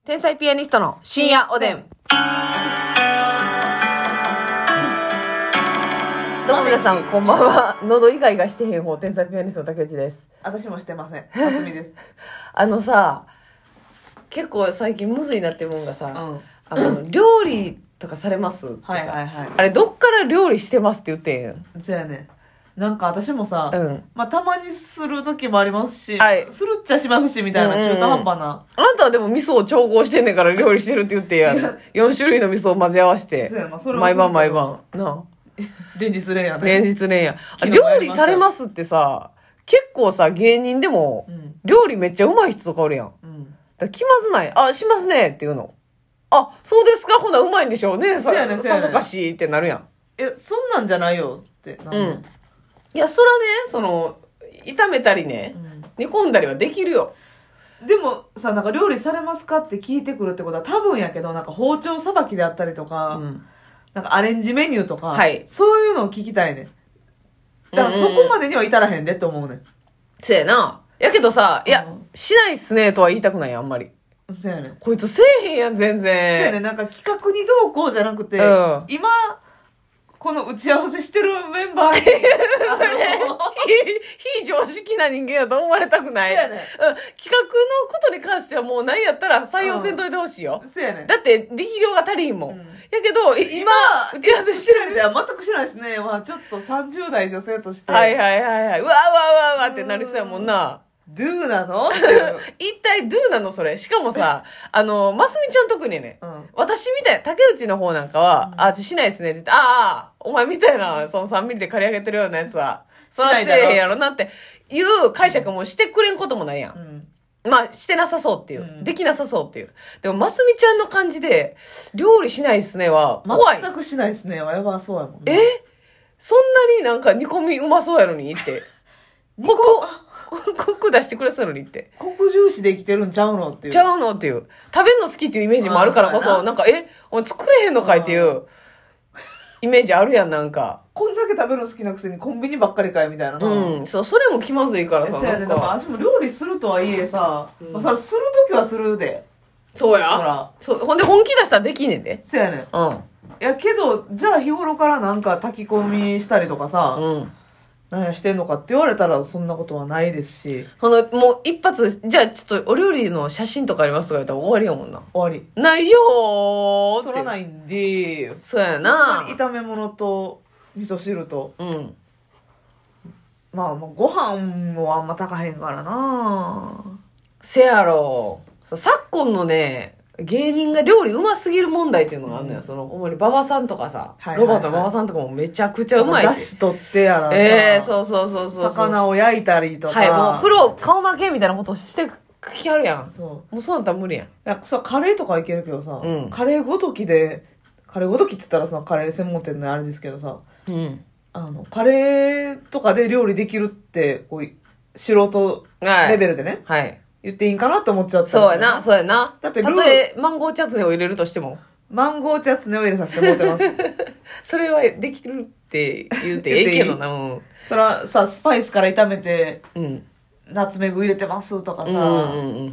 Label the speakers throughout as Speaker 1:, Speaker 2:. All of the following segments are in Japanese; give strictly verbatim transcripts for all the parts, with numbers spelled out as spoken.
Speaker 1: 天才ピアニストの深夜おでん。どうも皆さんこんばんは。喉以外がしてへん方、天才ピアニストの竹内です。
Speaker 2: 私もしてません。ますみです。
Speaker 1: あのさ、結構最近むずいなってもんがさ、
Speaker 2: うん、
Speaker 1: あの料理とかされますってさ、
Speaker 2: はいはいはい。
Speaker 1: あれどっから料理してますって言ってんやん。
Speaker 2: そうやね。なんか私もさ、
Speaker 1: うん、ま
Speaker 2: あたまにする時もありますし、
Speaker 1: はい、
Speaker 2: するっちゃしますしみたいな中途半端な、
Speaker 1: うんうん。あなたはでも味噌を調合してんねんから料理してるって言ってやん。よん種類の味噌を混ぜ合わせて、
Speaker 2: そうやな、それ
Speaker 1: 毎晩毎晩なあ。
Speaker 2: 連日連夜ね。
Speaker 1: 連日連夜。料理されますってさ、結構さ、芸人でも、料理めっちゃうまい人とかおるやん。うん、だから気まずない。あ、しますねっていうの。あ、そうですか、ほなうまいんでしょうね。
Speaker 2: そうやね、
Speaker 1: さぞかしってなるやん。
Speaker 2: え、そんなんじゃないよってなる。うん。
Speaker 1: いや、そらね、その、炒めたりね、うん、煮込んだりはできるよ。
Speaker 2: でもさ、なんか料理されますかって聞いてくるってことは多分やけど、なんか包丁さばきであったりとか、うん、なんかアレンジメニューとか、はい、そういうのを聞きたいね。だからそこまでには至らへんでって思うね。
Speaker 1: せやな。やけどさ、いや、うん、しないっすねとは言いたくないやん、あんまり。
Speaker 2: そうやね。
Speaker 1: こいつせえへんやん、全然。
Speaker 2: そうやね。なんか企画にどうこうじゃなくて、うん、今、この打ち合わせしてるメンバーに。それ、
Speaker 1: 非常識な人間やと思われたくない。そうやね。うん。企画のことに関してはもう何やったら採用せんといてほしいよ。
Speaker 2: うん、そうやね。
Speaker 1: だって力量が足りんもん。うん、やけど、今、打ち合わせしてる。
Speaker 2: いや、全くしないですね。まあちょっとさんじゅう代女性として。
Speaker 1: はいはいはいはい。うわうわうわうわってなりそうやもんな。
Speaker 2: ドゥなの
Speaker 1: 一体ドゥなのそれ。しかもさ、あの、ますみちゃん特にね、うん、私みたいな、竹内の方なんかは、うん、あ、ちしないですねって言って、ああ、お前みたいな、そのさんミリで借り上げてるようなやつは、そらせえへんやろなっていう解釈もしてくれんこともないやん。うん、まあ、してなさそうっていう、うん。できなさそうっていう。でも、ますみちゃんの感じで、料理しないっすねは、怖い。
Speaker 2: 全くしないっすねはやばそうやもんね。
Speaker 1: えそんなになんか煮込みうまそうやのにって。ここ、コク出してくれそうやのにって。
Speaker 2: コク重視で生きてるんちゃうのっていう。
Speaker 1: ちゃうのっていう。食べるの好きっていうイメージもあるからこそ、なんか、え、お前作れへんのかいっていうイメージあるやん、なんか。
Speaker 2: こんだけ食べるの好きなくせにコンビニばっかりかいみたいな。
Speaker 1: うん。そう、それも気まずいからさ。
Speaker 2: そうやね。だから私も料理するとはいえさ、うん、まあ、それするときはするで。
Speaker 1: そうや。ほら。そう、ほんで本気出したらできんねんで。
Speaker 2: そうやね。うん。いやけど、じゃあ日頃からなんか炊き込みしたりとかさ、うん。何やしてんのかって言われたらそんなことはないですし。
Speaker 1: ほの、もう一発、じゃあちょっとお料理の写真とかありますとか言ったら終わりやもんな。
Speaker 2: 終わり。
Speaker 1: ないよーって。
Speaker 2: 撮らないんで。
Speaker 1: そうやな。
Speaker 2: 炒め物と味噌汁と。うん。まあ、ご飯もあんま高へんからな。
Speaker 1: せやろ。昨今のね、芸人が料理うますぎる問題っていうのがあるのよ。うん、その、主に馬場さんとかさ、はいはいはい、ロバートの馬場さんとかもめちゃくちゃうまいし。
Speaker 2: だし取ってやら
Speaker 1: ええー、そうそうそうそう。
Speaker 2: 魚を焼いたりとか。
Speaker 1: はい、もうプロ顔負けみたいなことしてきはるやん。そう。もうそうなったら無理やん。い
Speaker 2: や、そう、カレーとかいけるけどさ、うん、カレーごときで、カレーごときって言ったらそのカレー専門店のあれですけどさ、うん。あの、カレーとかで料理できるって、こう、素人レベルでね。はい。はい言っていいんかなって思っちゃった、
Speaker 1: そうやな、そうやな。だってルー、たとえマンゴーチャツネを入れるとしても。
Speaker 2: マンゴーチャツネを入れさせてもらってます。
Speaker 1: それはできるって言うてええけどな。うん、
Speaker 2: それはさ、スパイスから炒めて、うん、ナツメグ入れてますとかさ、うんうんうん、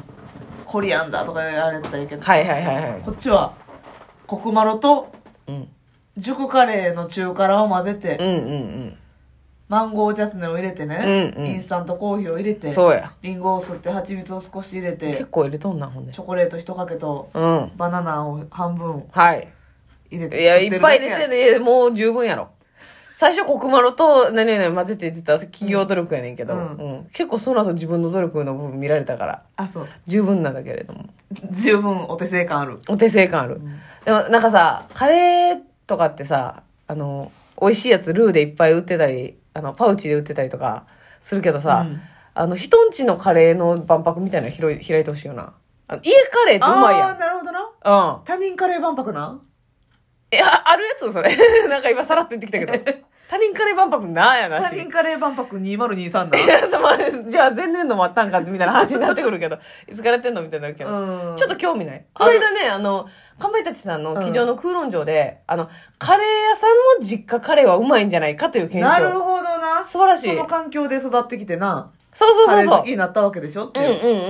Speaker 2: コリアンダーとかやられたらいいけど、
Speaker 1: はいはいはいはい。
Speaker 2: こっちは、コクマロと、うん、熟カレーの中辛を混ぜて、うんうんうんマンゴーチャツネを入れてね、うんうん、インスタントコーヒーを入れて、そうや。リンゴを吸って蜂蜜を少し入れて、
Speaker 1: 結構入れとんな、ほんで。
Speaker 2: チョコレート一かけと、うん、バナナを半分、
Speaker 1: はい。
Speaker 2: 入れて。
Speaker 1: いや、いっぱい入れてね、もう十分やろ。最初、コクマロと何々混ぜて実は企業努力やねんけど、うんうん、結構その後自分の努力の部分見られたから、あ、そう。十分なんだけれども。
Speaker 2: 十分お手製感ある。
Speaker 1: お手製感ある。うん、でもなんかさ、カレーとかってさ、あの、美味しいやつルーでいっぱい売ってたり、あの、パウチで売ってたりとかするけどさ、うん、あの、人んちのカレーの万博みたいなの開いてほしいよな。あの家カレーってうまいやん。
Speaker 2: ああ、なるほどな。
Speaker 1: うん。
Speaker 2: 他人カレー万博な
Speaker 1: え、あ、あるやつそれ。なんか今さらっと言ってきたけど。他人カレー万博なやなし。
Speaker 2: 他人カレー万博にせんにじゅうさんだ。
Speaker 1: いや、そうまあ、じゃあ前年度もあったんかみたいな話になってくるけど、いつからやってんのみたいになるけど。ちょっと興味ない。この間ね、あの、かまいたちさんの机上の空論城で、うん、あの、カレー屋さんの実家カレーはうまいんじゃないかという検証。
Speaker 2: なるほどな。
Speaker 1: 素晴らしい。
Speaker 2: その環境で育ってきてな。
Speaker 1: そうそうそうそう。
Speaker 2: カレー好きになったわけでしょっていう。
Speaker 1: うんうんうん。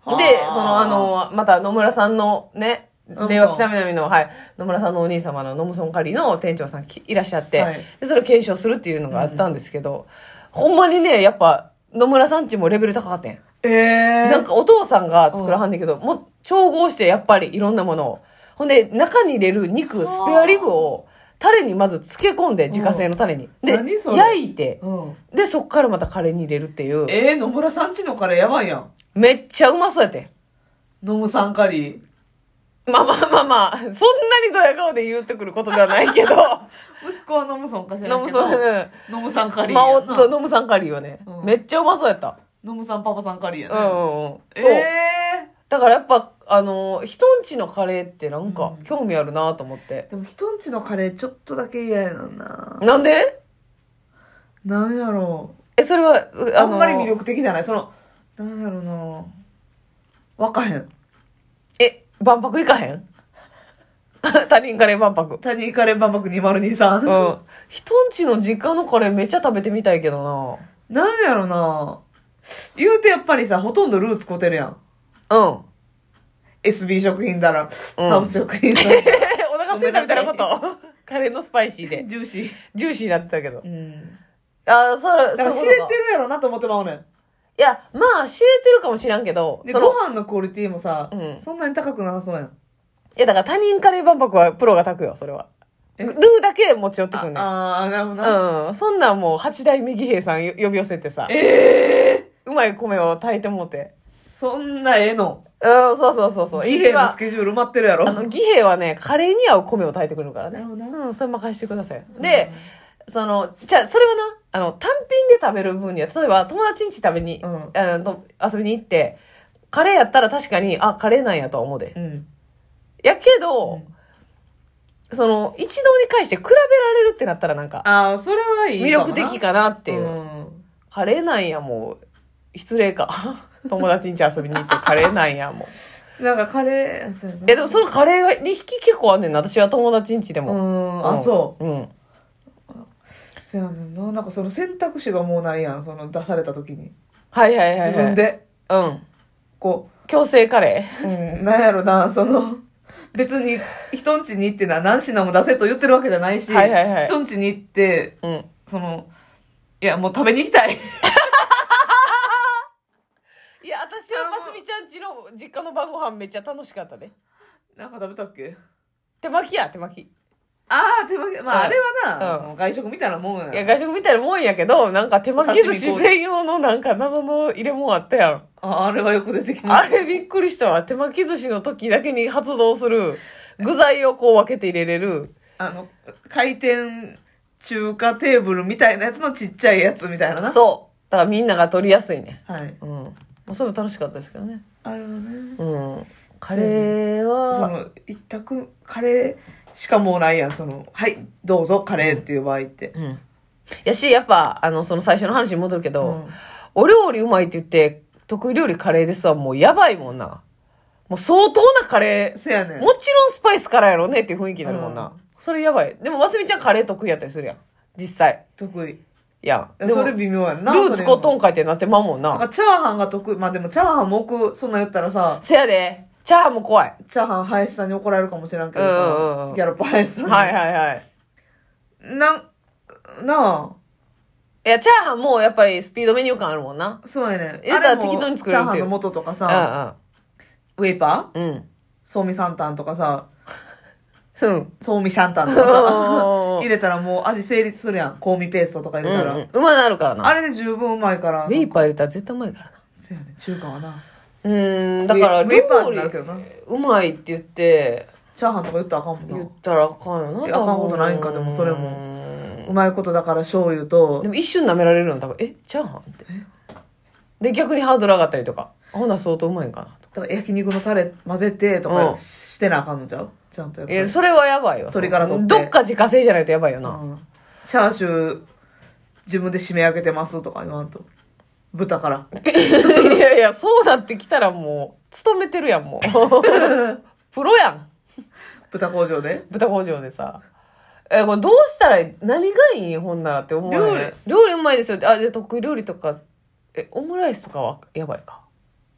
Speaker 1: で、その、あの、また野村さんのね、令和北南の、はい、野村さんのお兄様のノムソンカリーの店長さんいらっしゃって、はい、でそれを検証するっていうのがあったんですけど、うん、ほんまにね、やっぱ、野村さんちもレベル高かったん。え
Speaker 2: ー、
Speaker 1: なんかお父さんが作らはんねんけど、うん、もう調合してやっぱりいろんなものを。ほんで、中に入れる肉、スペアリブを、タレにまず漬け込んで、自家製のタレに。うん、で、焼いて、うん、で、そっからまたカレーに入れるっていう。
Speaker 2: えー、野村さんちのカレーやばいやん。
Speaker 1: めっちゃうまそうやって。
Speaker 2: 野村さんカリー。
Speaker 1: まあまあまあまあ、そんなにドヤ顔で言ってくることではないけど。
Speaker 2: 息子はノムソンかしらんけど。
Speaker 1: ノムソン、
Speaker 2: ノムさんカリー
Speaker 1: やな。まあ、そう、ノムさんカリーはね、うん。めっちゃうまそうやった。
Speaker 2: ノムさんパパさんカリーやね。
Speaker 1: うんうんうん。そう。えー、だからやっぱ、あの、人んちのカレーってなんか、興味あるなと思って。
Speaker 2: うん、でも人んちのカレーちょっとだけ嫌やな。
Speaker 1: なんで
Speaker 2: なんやろう。
Speaker 1: え、それは、
Speaker 2: あ, あんまり魅力的じゃない。その、なんやろうな。わかへん。
Speaker 1: え、万博行かへん他人カレー万博。
Speaker 2: 他人カレー万博にせんにじゅうさん。
Speaker 1: うん。人んちの実家のカレーめっちゃ食べてみたいけど
Speaker 2: な。なんやろな。言うてやっぱりさ、ほとんどルーツこてるやん。
Speaker 1: うん。
Speaker 2: エスビー 食品だら、うん、ハウス食品だら。
Speaker 1: お腹空いたみたいなことカレーのスパイシーで。
Speaker 2: ジューシー。
Speaker 1: ジューシーになってたけど。うん。あ、それ、
Speaker 2: だから知れてるやろなと思ってまうねん。
Speaker 1: いや、まあ、知れてるかもしらんけど。
Speaker 2: で、ご飯のクオリティもさ、うん、そんなに高くなさそうやん。
Speaker 1: いや、だから他人カレー万博はプロが炊くよ、それは。ルーだけ持ち寄ってくんねん。
Speaker 2: ああ、なるほどな。
Speaker 1: うん。そんなんもう、八代目義兵さん呼び寄せてさ。
Speaker 2: ええ
Speaker 1: ー、うまい米を炊いてもうて。
Speaker 2: そんなええの。
Speaker 1: うん、そうそうそうそう。
Speaker 2: 義兵のスケジュール埋まってるやろ。
Speaker 1: あの、義兵はね、カレーに合う米を炊いてくるからね。
Speaker 2: なるほど。
Speaker 1: うん、それ任してください。で、うん、その、じゃあ、それはな、あの、単品で食べる分には、例えば友達ん家食べに、うん、あの遊びに行って、カレーやったら確かに、あ、カレーなんやとは思うで。うん、やけど、うん、その、一堂に会して比べられるってなったらなんか、
Speaker 2: ああ、それはいい
Speaker 1: 魅力的かなっていう。うん、カレーなんや、もう、失礼か。友達ん家遊びに行ってカレーなんや、も
Speaker 2: う。なんかカレー、そうやな。
Speaker 1: え、でもそのカレーに引き結構あんねんな。私は友達ん家でも。
Speaker 2: うん、あ、そう。
Speaker 1: うん。
Speaker 2: そうやねんな。なんかその選択肢がもうないやん。その出された時に。
Speaker 1: はいはいはい、はい。
Speaker 2: 自分で。
Speaker 1: うん。
Speaker 2: こう。
Speaker 1: 強制カレ
Speaker 2: ーうん。なんやろな、その、別に人ん家に行ってな、何品も出せと言ってるわけじゃないし、
Speaker 1: はいはいはい。
Speaker 2: 人ん家に行って、
Speaker 1: うん。
Speaker 2: その、いや、もう食べに行きたい。
Speaker 1: いや、私はますみちゃん家の実家の晩ご飯めっちゃ楽しかったで。
Speaker 2: なんか食べたっけ？
Speaker 1: 手巻きや、手巻き。
Speaker 2: ああ、手巻き。まあ、あれはな、うん、外食みたいなもんや。
Speaker 1: いや、外食みたいなもんやけど、なんか手巻き寿司専用のなんか謎の入れ物あったやん。
Speaker 2: あ、あれはよく出てきました。
Speaker 1: あれびっくりしたわ。手巻き寿司の時だけに発動する、具材をこう分けて入れれる。
Speaker 2: あの、回転中華テーブルみたいなやつのちっちゃいやつみたいなな。
Speaker 1: そう。だからみんなが取りやすいね。
Speaker 2: はい。
Speaker 1: うん。もうそれも楽しかったですけどね。
Speaker 2: あれはね。
Speaker 1: うん。カレーは、
Speaker 2: その、一択、カレーしかもうないやん。その、はい、どうぞ、カレーっていう場合って。
Speaker 1: うん。やし、やっぱ、あの、その最初の話に戻るけど、うん、お料理うまいって言って、得意料理カレーですわ、もうやばいもんな。もう相当なカレー。
Speaker 2: せやねん。
Speaker 1: もちろんスパイスからやろうねっていう雰囲気になるもんな。うん、それやばい。でも、ますみちゃんカレー得意やったりするやん。実際。
Speaker 2: 得意。
Speaker 1: やん。
Speaker 2: でもそれ微妙やんな。
Speaker 1: ルーツコトンかいってなってまうもんな。
Speaker 2: なんかチャーハンが得意。まあでもチャーハンも奥、そんな言ったらさ。
Speaker 1: せやで。チャーハンも怖い。
Speaker 2: チャーハン林さんに怒られるかもしれんけどさ。うんうん、ギャロップ林さんに。
Speaker 1: はいはいはい。
Speaker 2: な、なあ。
Speaker 1: いや、チャーハンもやっぱりスピードメニュー感あるもんな。
Speaker 2: そうやね。
Speaker 1: 言ったら適当に作れるっていう。
Speaker 2: チャーハンの素とかさ。うんうん、ウェイパー
Speaker 1: うん。
Speaker 2: ソーミサンタンとかさ。
Speaker 1: うん。
Speaker 2: ソーミシャンタンとかさ。入れたらもう味成立するやん。香味ペーストとか入れたら。
Speaker 1: うん、うん。うまなるからな。
Speaker 2: あれで十分うまいから。
Speaker 1: ウェイパー入れたら絶対うまいからな。
Speaker 2: そうやね。中華はな。
Speaker 1: うーん、だから、
Speaker 2: ウェイパーになるけどな。
Speaker 1: うまいって言って、
Speaker 2: チャーハンとか言ったらあかんもんな。
Speaker 1: 言ったらあかんよな。
Speaker 2: あかんことないんか、でもそれも。うまいことだから醤油と。
Speaker 1: でも一瞬舐められるの多分、え、チャーハンって。で、逆にハードル上がったりとか。ほな相当うまいんかな
Speaker 2: と。だから焼肉のタレ混ぜてとかしてなあかんのちゃう、ちゃんとやっぱり。
Speaker 1: え、それはやばいよ。
Speaker 2: 鶏から取って。
Speaker 1: どっか自家製じゃないとやばいよな。
Speaker 2: うん、チャーシュー自分で締め上げてますとか言わんと。豚から。
Speaker 1: いやいや、そうなってきたらもう、勤めてるやん、もう。プロやん。
Speaker 2: 豚工場で
Speaker 1: 豚工場でさ。え、これどうしたら、何がいいほんならって思うね。料理、料理うまいですよって。あ、じゃあ得意料理とか、え、オムライスとかはやばいか。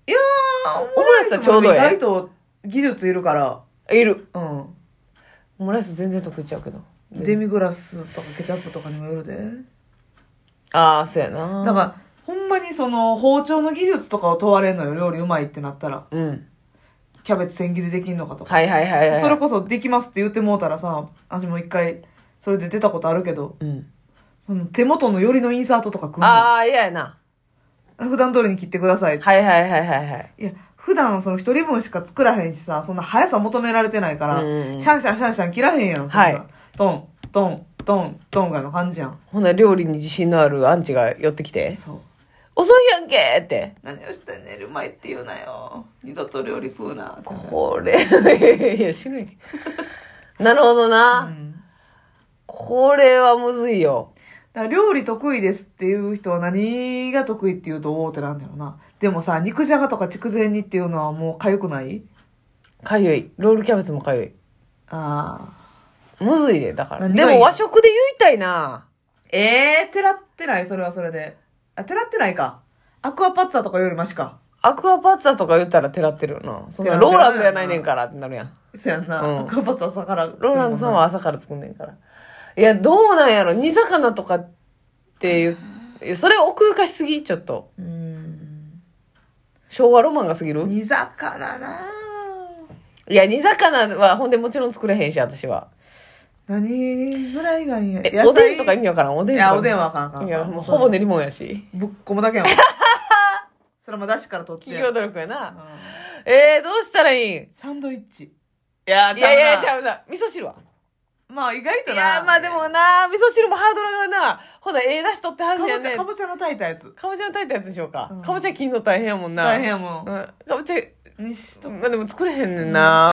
Speaker 2: いやー、
Speaker 1: オムライスはちょうどええ
Speaker 2: 意外と技術いるから。
Speaker 1: いる。
Speaker 2: うん。
Speaker 1: オムライス全然得意ちゃうけど。
Speaker 2: デミグラスとかケチャップとかにもよるで。
Speaker 1: ああ、そうやな。
Speaker 2: だから、ほんまにその、包丁の技術とかを問われるのよ、料理うまいってなったら。
Speaker 1: うん。
Speaker 2: キャベツ千切りできんのかとか。
Speaker 1: はいはいはいはい。
Speaker 2: それこそできますって言ってもうたらさ、私も一回、それで出たことあるけど、
Speaker 1: うん。
Speaker 2: その手元のよりのインサートとかくんの。
Speaker 1: ああ、嫌やな。
Speaker 2: 普段通りに切ってください。
Speaker 1: はいはいはいはいはい。
Speaker 2: いや、普段その一人分しか作らへんしさ、そんな速さ求められてないから、
Speaker 1: うん
Speaker 2: シャンシャンシャンシャン切らへんやん、そんな。
Speaker 1: はい
Speaker 2: トン、トン、トン、トンぐらいの感じやん。
Speaker 1: ほんなら料理に自信のあるアンチが寄ってきて、
Speaker 2: そう。
Speaker 1: 遅いやんけって。
Speaker 2: 何をしてんねん、うまいって言うなよ。二度と料理食うな。
Speaker 1: これ、いや、死ぬんやなるほどな、
Speaker 2: うん。
Speaker 1: これはむずいよ。
Speaker 2: だから料理得意ですっていう人は何が得意って言うと大手なんだよな。でもさ、肉じゃがとか筑前煮っていうのはもう痒くない？
Speaker 1: かゆい。ロールキャベツもかゆい。
Speaker 2: ああ。
Speaker 1: むずいで、だから。
Speaker 2: 何がいい
Speaker 1: でも和食で言いたいな。
Speaker 2: ええー、てらってない、それはそれで。あ、てらってないか。アクアパッツァとかよりマシか。
Speaker 1: アクアパッツァとか言ったらてらってるよな。そんなローランドやないねんからってなるやん。
Speaker 2: そうやんな。
Speaker 1: うん
Speaker 2: アクアパッツァ朝から。
Speaker 1: ローランドさんは朝から作んねんから。いや、どうなんやろ。煮魚とかっていう、それ奥ゆかしすぎちょっと。
Speaker 2: うーん。
Speaker 1: 昭和ロマンがすぎる
Speaker 2: 煮魚なぁ。
Speaker 1: いや、煮魚はほんでもちろん作れへんし、私は。
Speaker 2: 何ぐらいがいいんや。
Speaker 1: え、おでんとか意味わからん。おでんとか。
Speaker 2: いや、おでんはあかんあかんあかん。
Speaker 1: いや、もうほぼ練り物やし。
Speaker 2: ぶっこむだけやもん。それも出汁から取って。
Speaker 1: 企業努力やな。
Speaker 2: うん
Speaker 1: えー、どうしたらいいん
Speaker 2: サンドイッチ。いや
Speaker 1: いやいや、ち
Speaker 2: ゃ
Speaker 1: ゃうな。味噌汁は
Speaker 2: まあ意外と
Speaker 1: い
Speaker 2: な。
Speaker 1: や、まあでもな、味噌汁もハードルがな、ほな、ええ出し取ってはん
Speaker 2: かぼちゃ、
Speaker 1: ねやね。
Speaker 2: かぼちゃの炊いたやつ。
Speaker 1: かぼちゃの炊いたやつでしょうか。
Speaker 2: うん
Speaker 1: かぼちゃ切んの大変やもんな。
Speaker 2: 大変やもん。
Speaker 1: うん。かぼちゃ、
Speaker 2: にしと
Speaker 1: まあでも作れへんねんな。